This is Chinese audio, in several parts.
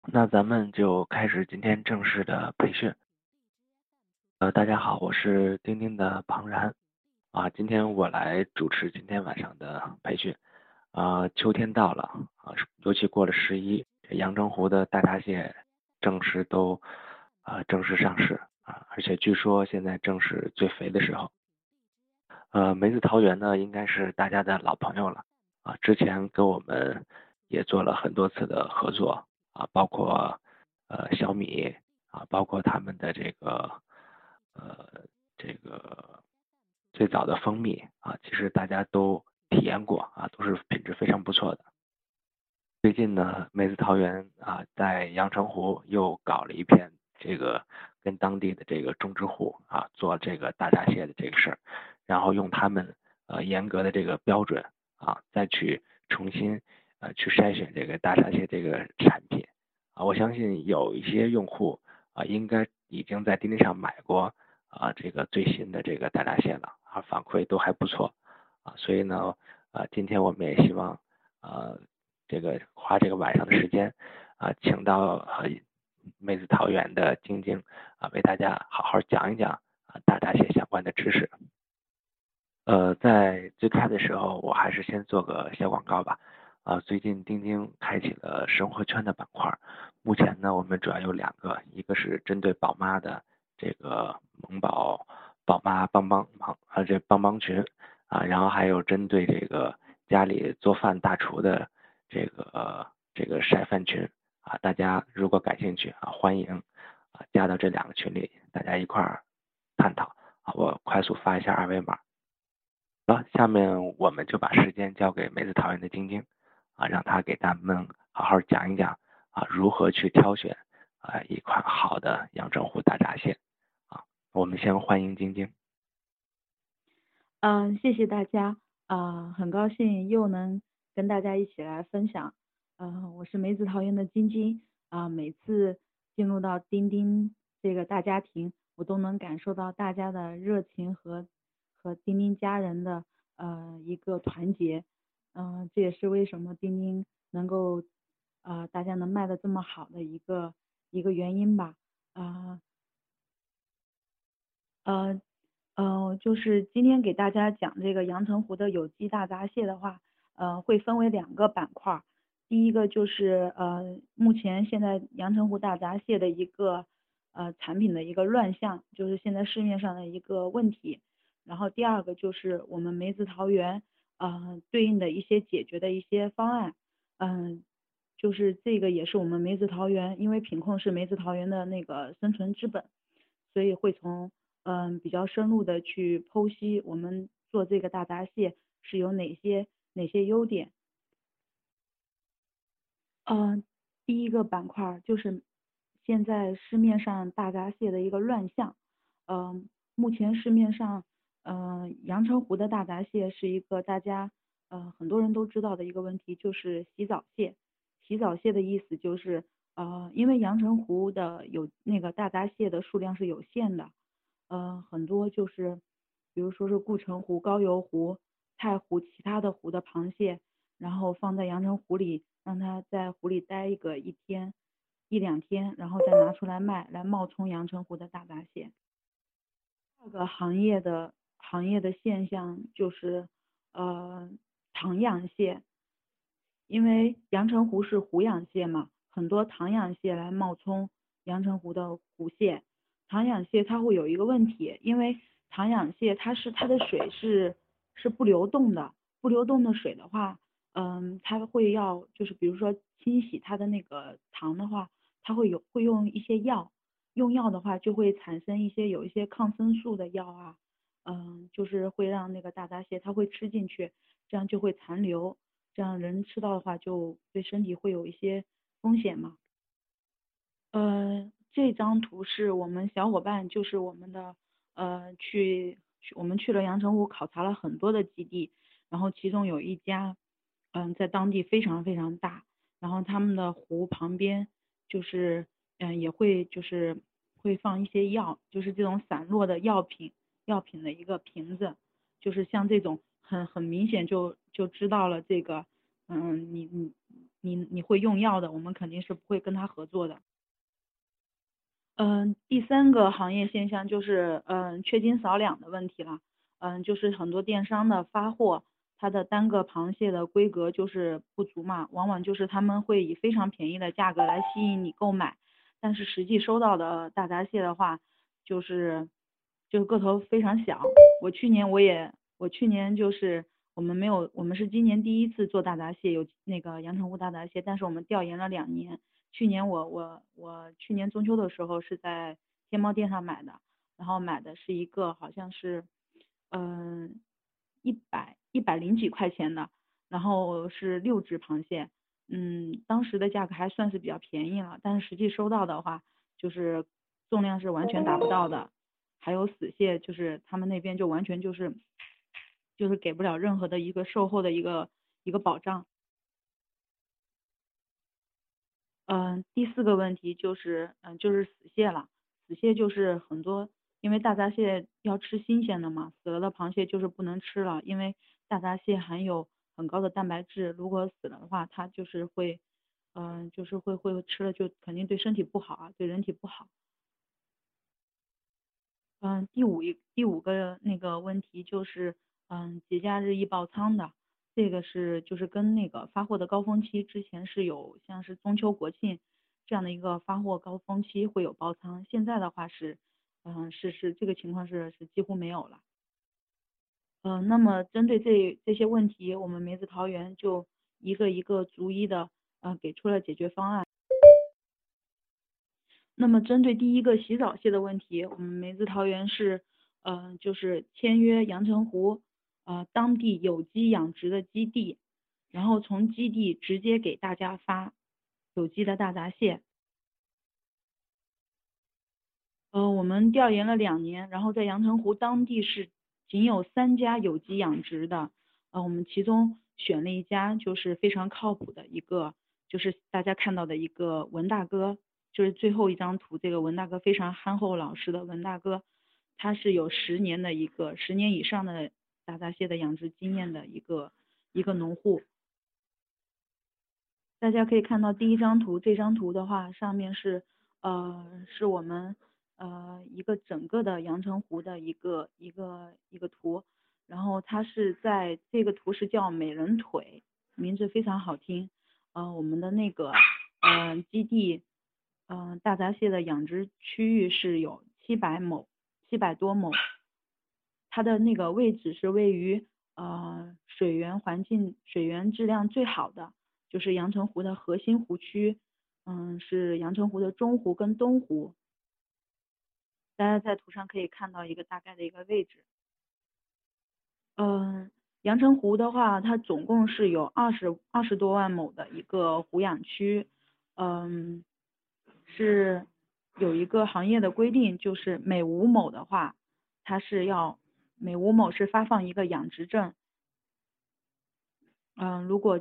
那咱们就开始今天正式的培训。大家好，我是钉钉的庞然。今天我来主持今天晚上的培训。秋天到了尤其过了11，这阳澄湖的大闸蟹正式上市而且据说现在正是最肥的时候。梅子桃园呢，应该是大家的老朋友了之前跟我们也做了很多次的合作包括小米包括他们的呃这个最早的蜂蜜其实大家都体验过都是品质非常不错的。最近呢，梅子桃园在阳澄湖又搞了一片这个跟当地的这个种植户做这个大闸蟹的这个事儿，然后用他们严格的这个标准再去重新去筛选这个大闸蟹这个产品我相信有一些用户应该已经在钉钉上买过这个最新的这个大闸蟹了反馈都还不错所以呢今天我们也希望花这个晚上的时间请到梅子桃园的晶晶为大家好好讲一讲大闸蟹相关的知识。在最开始的时候，我还是先做个小广告吧。最近钉钉开启了生活圈的板块，目前呢，我们主要有两个，一个是针对宝妈的这个萌宝妈帮帮忙这帮帮群然后还有针对这个家里做饭大厨的这个晒饭群大家如果感兴趣欢迎加到这两个群里，大家一块儿探讨我快速发一下二维码。好，下面我们就把时间交给梅子桃园的晶晶让她给咱们好好讲一讲如何去挑选一款好的阳澄湖大闸蟹我们先欢迎晶晶。 谢谢大家，很高兴又能跟大家一起来分享。我是梅子桃园的晶晶，每次进入到钉钉这个大家庭，我都能感受到大家的热情和钉钉家人的一个团结。这也是为什么钉钉能够大家能卖的这么好的一个原因吧。啊、呃就是今天给大家讲这个阳澄湖的有机大闸蟹的话，会分为两个板块儿。第一个就是目前现在阳澄湖大闸蟹的一个产品的一个乱象，就是现在市面上的一个问题。然后第二个就是我们梅子桃园对应的一些解决的一些方案。就是这个也是我们梅子桃园，因为品控是梅子桃园的那个生存之本，所以会从比较深入的去剖析我们做这个大闸蟹是有哪些优点。嗯，第一个板块儿就是现在市面上大闸蟹的一个乱象。目前市面上，阳澄湖的大闸蟹是一个大家很多人都知道的一个问题，就是洗澡蟹。洗澡蟹的意思就是，因为阳澄湖的有那个大闸蟹的数量是有限的，很多就是比如说是护城湖、高邮湖、太湖其他的湖的螃蟹。然后放在阳澄湖里，让它在湖里待一天、一两天，然后再拿出来卖，来冒充阳澄湖的大闸蟹。第二个行业的现象就是呃塘养蟹，因为阳澄湖是湖养蟹嘛，很多塘养蟹来冒充阳澄湖的湖蟹。塘养蟹它会有一个问题，因为塘养蟹它的水是不流动的，不流动的水的话，它会就是比如说清洗它的那个塘的话，它会用一些药，用药的话就会产生有一些抗生素的药就是会让那个大闸蟹它会吃进去，这样就会残留，这样人吃到的话就对身体会有一些风险嘛。这张图是我们小伙伴，就是我们的我们去了阳澄湖考察了很多的基地，然后其中有一家，在当地非常非常大，然后他们的湖旁边就是也会就是会放一些药，就是这种散落的药品的一个瓶子，就是像这种很明显就知道了这个，你你会用药的，我们肯定是不会跟他合作的。第三个行业现象就是缺斤少两的问题了。就是很多电商的发货，它的单个螃蟹的规格就是不足嘛，往往就是他们会以非常便宜的价格来吸引你购买，但是实际收到的大闸蟹的话，就是个头非常小。我去年就是我们没有，我们是今年第一次做大闸蟹，有那个阳澄湖大闸蟹，但是我们调研了2年。去年我去年中秋的时候是在天猫店上买的，然后买的是一个好像是100零几块钱的，然后是6只螃蟹。当时的价格还算是比较便宜了，但是实际收到的话，就是重量是完全达不到的。还有死蟹，就是他们那边就完全就是给不了任何的一个售后的一个保障。第四个问题就是死蟹了。死蟹就是很多，因为大闸蟹要吃新鲜的嘛，死了的螃蟹就是不能吃了，因为大闸蟹含有很高的蛋白质，如果死了的话，它就是会，就是会吃了就肯定对身体不好啊，对人体不好。第五个那个问题就是，节假日易爆仓的，这个是就是跟那个发货的高峰期之前是有像是中秋国庆这样的一个发货高峰期会有爆仓，现在的话是，是这个情况是几乎没有了。那么针对这些问题，我们梅子桃园就一个一个逐一的给出了解决方案。那么针对第一个洗澡蟹的问题，我们梅子桃园是，就是签约阳澄湖，当地有机养殖的基地，然后从基地直接给大家发有机的大闸蟹。我们调研了2年，然后在阳澄湖当地是仅有3家有机养殖的，我们其中选了一家就是非常靠谱的一个，就是大家看到的一个文大哥，就是最后一张图这个文大哥非常憨厚老实的文大哥，他是有10年以上的大闸蟹的养殖经验的一个农户。大家可以看到第一张图，这张图的话，上面是我们一个整个的阳澄湖的一个图，然后它是在这个图是叫美人腿，名字非常好听。我们的那个基地，大闸蟹的养殖区域是有700多亩，它的那个位置是位于水源质量最好的。就是阳澄湖的核心湖区，是阳澄湖的中湖跟东湖。大家在图上可以看到一个大概的一个位置。阳澄湖的话，它总共是有20多万亩的一个湖养区，是有一个行业的规定，就是每5亩的话，它是要每5亩是发放一个养殖证。如果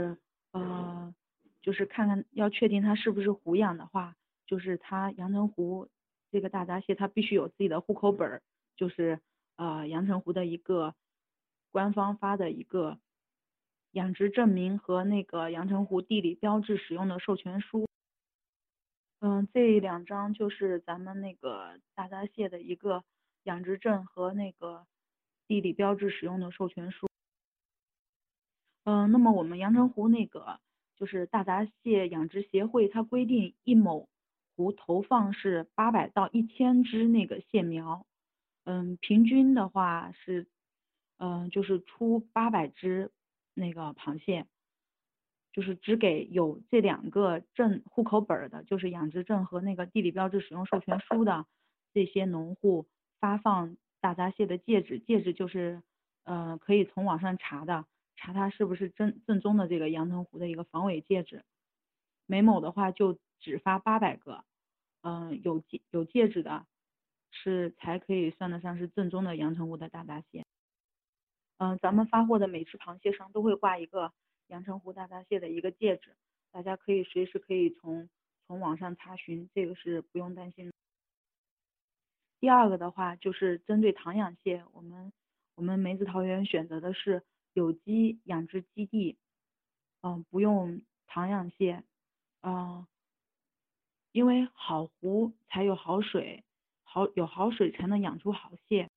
就是看看要确定它是不是湖养的话，就是它阳澄湖这个大闸蟹它必须有自己的户口本儿，就是阳澄湖的一个官方发的一个养殖证明和那个阳澄湖地理标志使用的授权书。这2张就是咱们那个大闸蟹的一个养殖证和那个地理标志使用的授权书。那么我们阳澄湖那个就是大闸蟹养殖协会，它规定1亩湖投放是800到1000只那个蟹苗，平均的话是，就是出800只那个螃蟹，就是只给有这2个户口本的，就是养殖证和那个地理标志使用授权书的这些农户发放大闸蟹的戒指，戒指就是可以从网上查的。查它是不是正宗的这个阳澄湖的一个防伪戒指，每亩的话就只发800个，有戒指的才可以算得上是正宗的阳澄湖的大闸蟹。咱们发货的每只螃蟹上都会挂一个阳澄湖大闸蟹的一个戒指，大家可以随时可以从网上查询，这个是不用担心的。第二个的话就是针对塘养蟹，我们梅子桃园选择的是有机养殖基地，不用塘养蟹，嗯、因为好湖才有好水，有好水才能养出好蟹。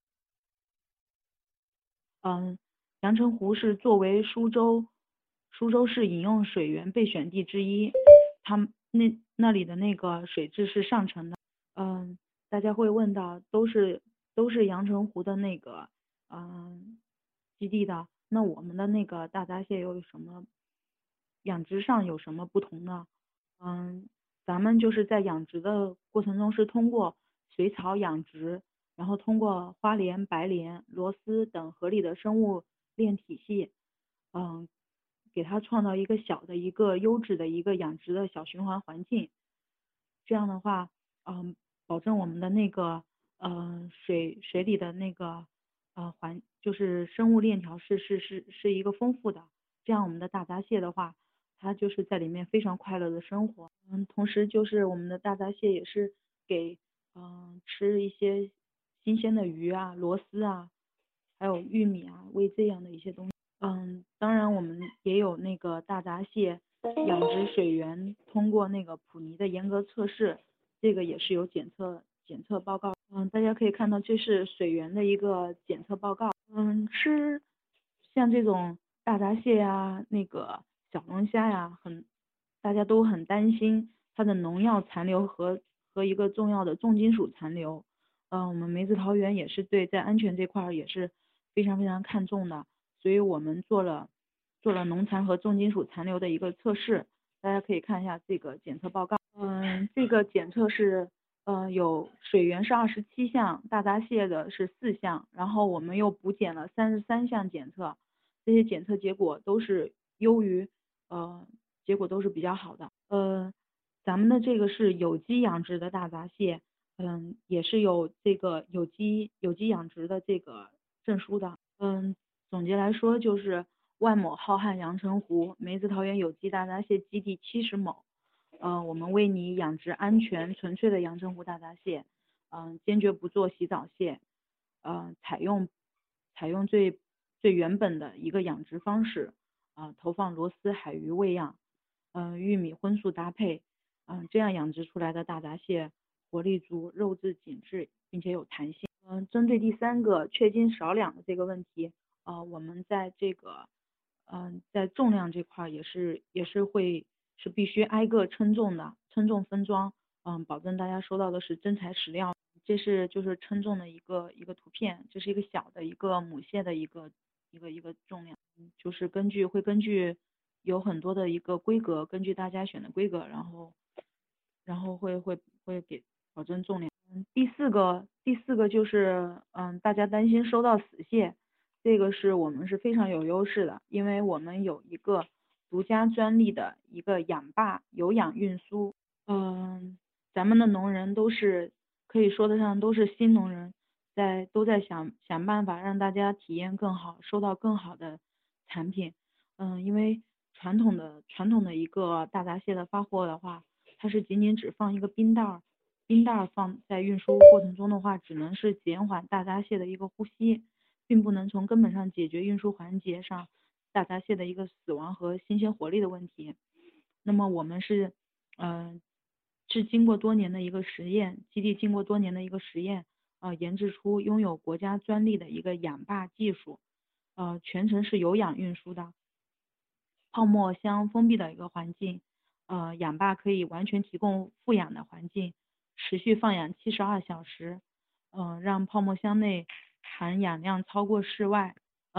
嗯，阳澄湖是作为苏州市饮用水源备选地之一，它那里的那个水质是上乘的。嗯，大家会问到都是阳澄湖的那个基地的，那我们的那个大闸蟹有什么养殖上有什么不同呢？嗯，咱们就是在养殖的过程中是通过水草养殖，然后通过花鲢、白鲢、螺丝等合理的生物链体系，嗯，给它创造一个小的一个优质的一个养殖的小循环环境。这样的话，嗯，保证我们的那个水里的那个就是生物链条是一个丰富的。这样我们的大闸蟹的话，它就是在里面非常快乐的生活。同时就是我们的大闸蟹也是给吃一些新鲜的鱼啊、螺丝啊，还有玉米啊，喂这样的一些东西。当然我们也有那个大闸蟹养殖水源通过那个普尼的严格测试，这个也是有检测报告。大家可以看到这是水源的一个检测报告。吃像这种大闸蟹呀、那个小龙虾呀，大家都很担心它的农药残留和一个重要的重金属残留。我们梅子桃园也是对在安全这块儿也是非常非常看重的，所以我们做了农残和重金属残留的一个测试，大家可以看一下这个检测报告。这个检测是有水源是27项，大闸蟹的是4项，然后我们又补检了33项检测，这些检测结果都是优于结果都是比较好的。咱们的这个是有机养殖的大闸蟹，也是有这个有机养殖的这个证书的。总结来说就是万亩浩瀚阳澄湖，梅子桃园有机大闸蟹基地70亩。我们为你养殖安全纯粹的阳澄湖大闸蟹，坚决不做洗澡蟹，采用最原本的一个养殖方式，投放螺丝、海鱼喂养，玉米荤素搭配，这样养殖出来的大闸蟹活力足、肉质紧致，并且有弹性。针对第三个缺斤少两的这个问题，我们在这个在重量这块也是必须挨个称重的，称重分装，保证大家收到的是真材实料。这是就是称重的一个图片，这是一个小的一个母蟹的一个重量，就是根据有很多的一个规格，根据大家选的规格，然后会给保证重量。第四个就是大家担心收到死蟹，这个是我们是非常有优势的，因为我们有一个独家专利的一个养坝有氧运输。咱们的农人可以说得上都是新农人，都在想办法让大家体验更好，收到更好的产品。因为传统的一个大闸蟹的发货的话，它是仅仅只放一个冰袋放在运输过程中的话，只能是减缓大闸蟹的一个呼吸，并不能从根本上解决运输环节上大闸蟹的一个死亡和新鲜活力的问题。那么我们是经过多年的一个实验，基地经过多年的一个实验，研制出拥有国家专利的一个养坝技术，全程是有氧运输的，泡沫箱封闭的一个环境，氧坝可以完全提供富氧的环境，持续放氧72小时，让泡沫箱内含氧量超过室外，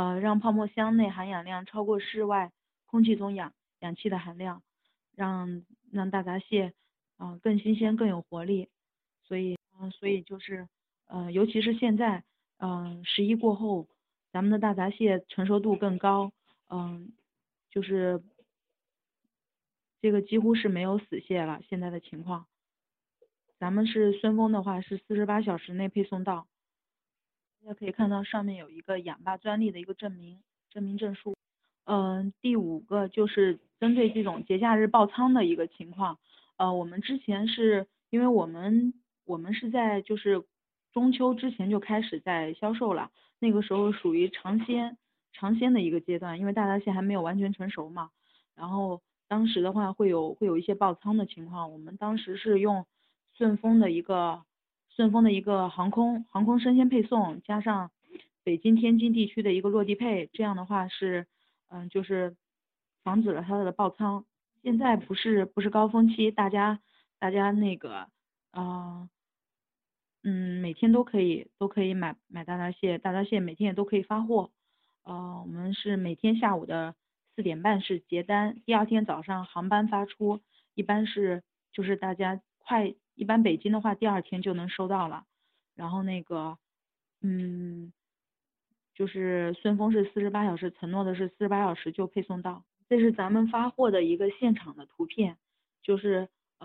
空气中氧气的含量，让大闸蟹更新鲜更有活力。所以就是尤其是现在11过后，咱们的大闸蟹成熟度更高，就是这个几乎是没有死蟹了，现在的情况。咱们是顺丰的话是48小时内配送到。大家可以看到上面有一个氧坝专利的一个证书。第五个就是针对这种节假日爆仓的一个情况，我们之前是因为我们是在就是中秋之前就开始在销售了，那个时候属于尝鲜的一个阶段，因为大闸蟹还没有完全成熟嘛，然后当时的话会有一些爆仓的情况，我们当时是用顺丰的一个航空生鲜配送，加上北京、天津地区的一个落地配，这样的话是就是防止了它的爆仓。现在不是高峰期，大家那个呃每天都可以买大闸蟹，大闸蟹每天也都可以发货。我们是每天下午的4点半是结单，第二天早上航班发出，一般是就是大家一般北京的话第二天就能收到了。然后那个嗯，就是顺丰是48小时，承诺的是48小时就配送到。这是咱们发货的一个现场的图片，就是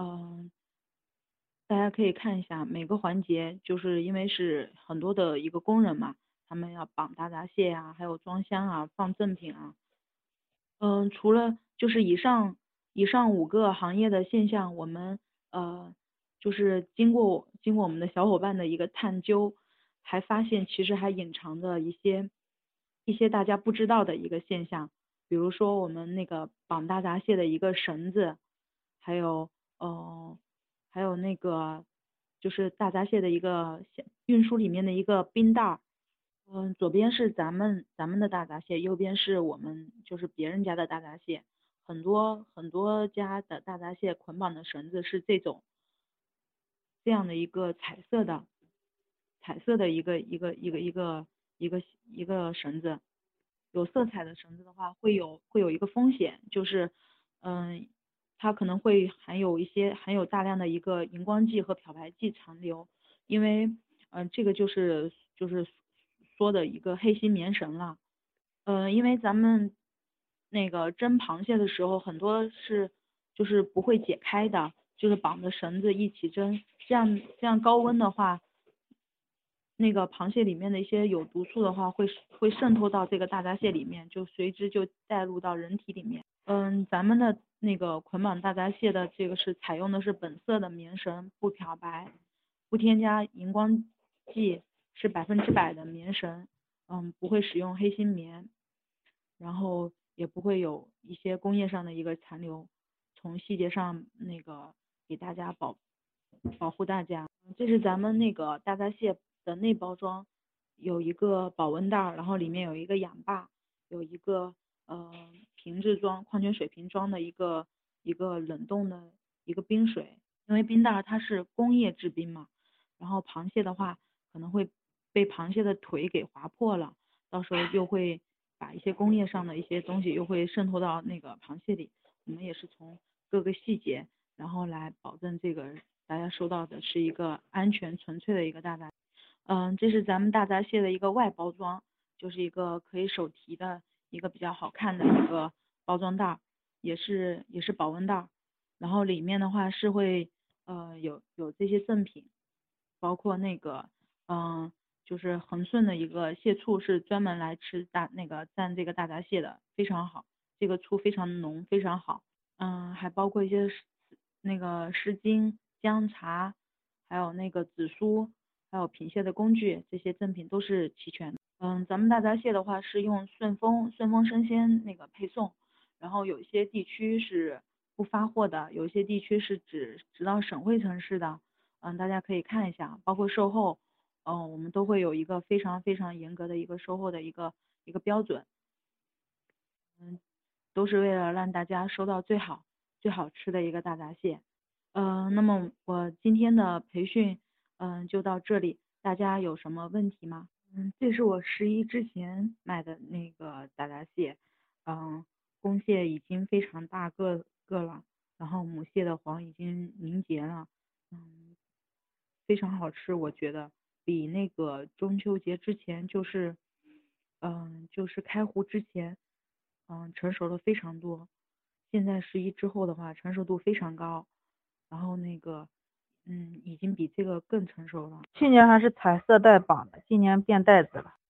大家可以看一下每个环节，就是因为是很多的一个工人嘛，他们要绑大闸蟹啊，还有装箱啊，放赠品啊。除了就是以上5个行业的现象，我们就是经过我们的小伙伴的一个探究，还发现其实还隐藏着一些大家不知道的一个现象，比如说我们那个绑大闸蟹的一个绳子，还有呃还有那个就是大闸蟹的一个运输里面的一个冰袋儿。左边是咱们的大闸蟹，右边是我们就是别人家的大闸蟹。很多很多家的大闸蟹捆绑的绳子是这样的一个彩色的一个绳子。有色彩的绳子的话，会有一个风险，就是它可能会含有大量的一个荧光剂和漂白剂残留，因为这个就是说的一个黑心棉绳了。因为咱们那个蒸螃蟹的时候，很多就是不会解开的，就是绑着绳子一起蒸，这样高温的话，那个螃蟹里面的一些有毒素的话，会渗透到这个大闸蟹里面，就随之就带入到人体里面。咱们的那个捆绑大闸蟹的这个是采用的是本色的棉绳，不漂白，不添加荧光剂，是100%的棉绳。不会使用黑心棉，然后也不会有一些工业上的一个残留，从细节上那个给大家保护大家。这是咱们那个大闸蟹的内包装，有一个保温袋，然后里面有一个氧霸，有一个瓶子装矿泉水瓶装的一个冷冻的一个冰水，因为冰袋它是工业制冰嘛，然后螃蟹的话可能会被螃蟹的腿给划破了，到时候又会把一些工业上的一些东西又会渗透到那个螃蟹里。我们也是从各个细节，然后来保证这个大家收到的是一个安全纯粹的一个大闸。这是咱们大闸蟹的一个外包装，就是一个可以手提的一个比较好看的一个包装袋，也是保温袋。然后里面的话是会有这些赠品，包括那个就是恒顺的一个蟹醋是专门来吃蘸这个大闸蟹的，非常好，这个醋非常浓，非常好。还包括一些那个湿巾、姜茶，还有那个紫苏，还有品蟹的工具，这些赠品都是齐全的。咱们大闸蟹的话是用顺丰生鲜那个配送，然后有一些地区是不发货的，有一些地区是只到省会城市的。大家可以看一下，包括售后，我们都会有一个非常非常严格的一个售后的一个标准。都是为了让大家收到最好吃的一个大闸蟹。那么我今天的培训，就到这里，大家有什么问题吗？这是我11之前买的那个大闸蟹，公蟹已经非常大个了，然后母蟹的黄已经凝结了，嗯，非常好吃，我觉得比那个中秋节之前就是开湖之前，成熟的非常多。现在11之后的话，成熟度非常高，然后那个，已经比这个更成熟了。 去年还是彩色带绑的，今年变带子了。